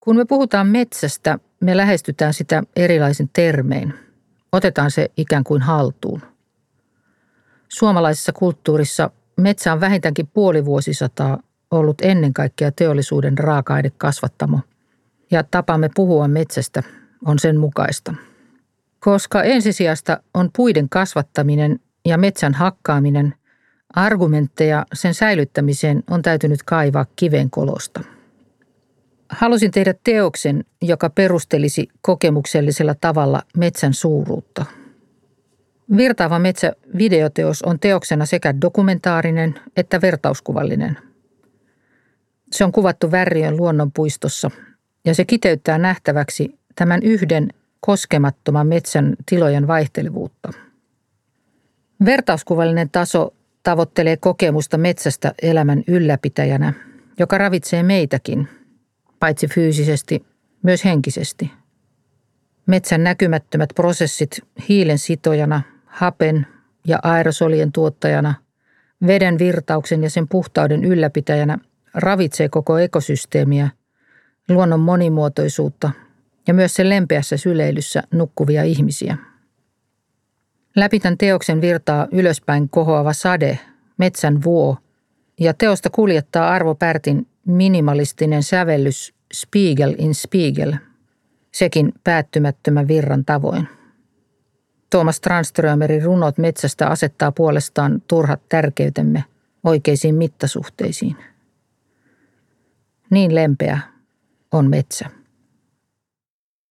Kun me puhutaan metsästä, me lähestytään sitä erilaisin termein. Otetaan se ikään kuin haltuun. Suomalaisessa kulttuurissa metsä on vähintäänkin puoli vuosisataa ollut ennen kaikkea teollisuuden raaka-ainekasvattamo. Ja tapamme puhua metsästä on sen mukaista. Koska ensisijasta on puiden kasvattaminen ja metsän hakkaaminen, argumentteja sen säilyttämiseen on täytynyt kaivaa kivenkolosta. Halusin tehdä teoksen, joka perustelisi kokemuksellisella tavalla metsän suuruutta. Virtaava metsä -videoteos on teoksena sekä dokumentaarinen että vertauskuvallinen. Se on kuvattu Värriön luonnonpuistossa ja se kiteyttää nähtäväksi tämän yhden koskemattoman metsän tilojen vaihtelevuutta. Vertauskuvallinen taso tavoittelee kokemusta metsästä elämän ylläpitäjänä, joka ravitsee meitäkin, paitsi fyysisesti, myös henkisesti. Metsän näkymättömät prosessit hiilen sitojana, hapen ja aerosolien tuottajana, veden virtauksen ja sen puhtauden ylläpitäjänä ravitsee koko ekosysteemiä, luonnon monimuotoisuutta ja myös sen lempeässä syleilyssä nukkuvia ihmisiä. Läpi tämän teoksen virtaa ylöspäin kohoava sade, metsän vuo, ja teosta kuljettaa Arvo Pärtin minimalistinen sävellys Spiegel in Spiegel, sekin päättymättömän virran tavoin. Thomas Tranströmerin runot metsästä asettaa puolestaan turhat tärkeytemme oikeisiin mittasuhteisiin. Niin lempeä on metsä.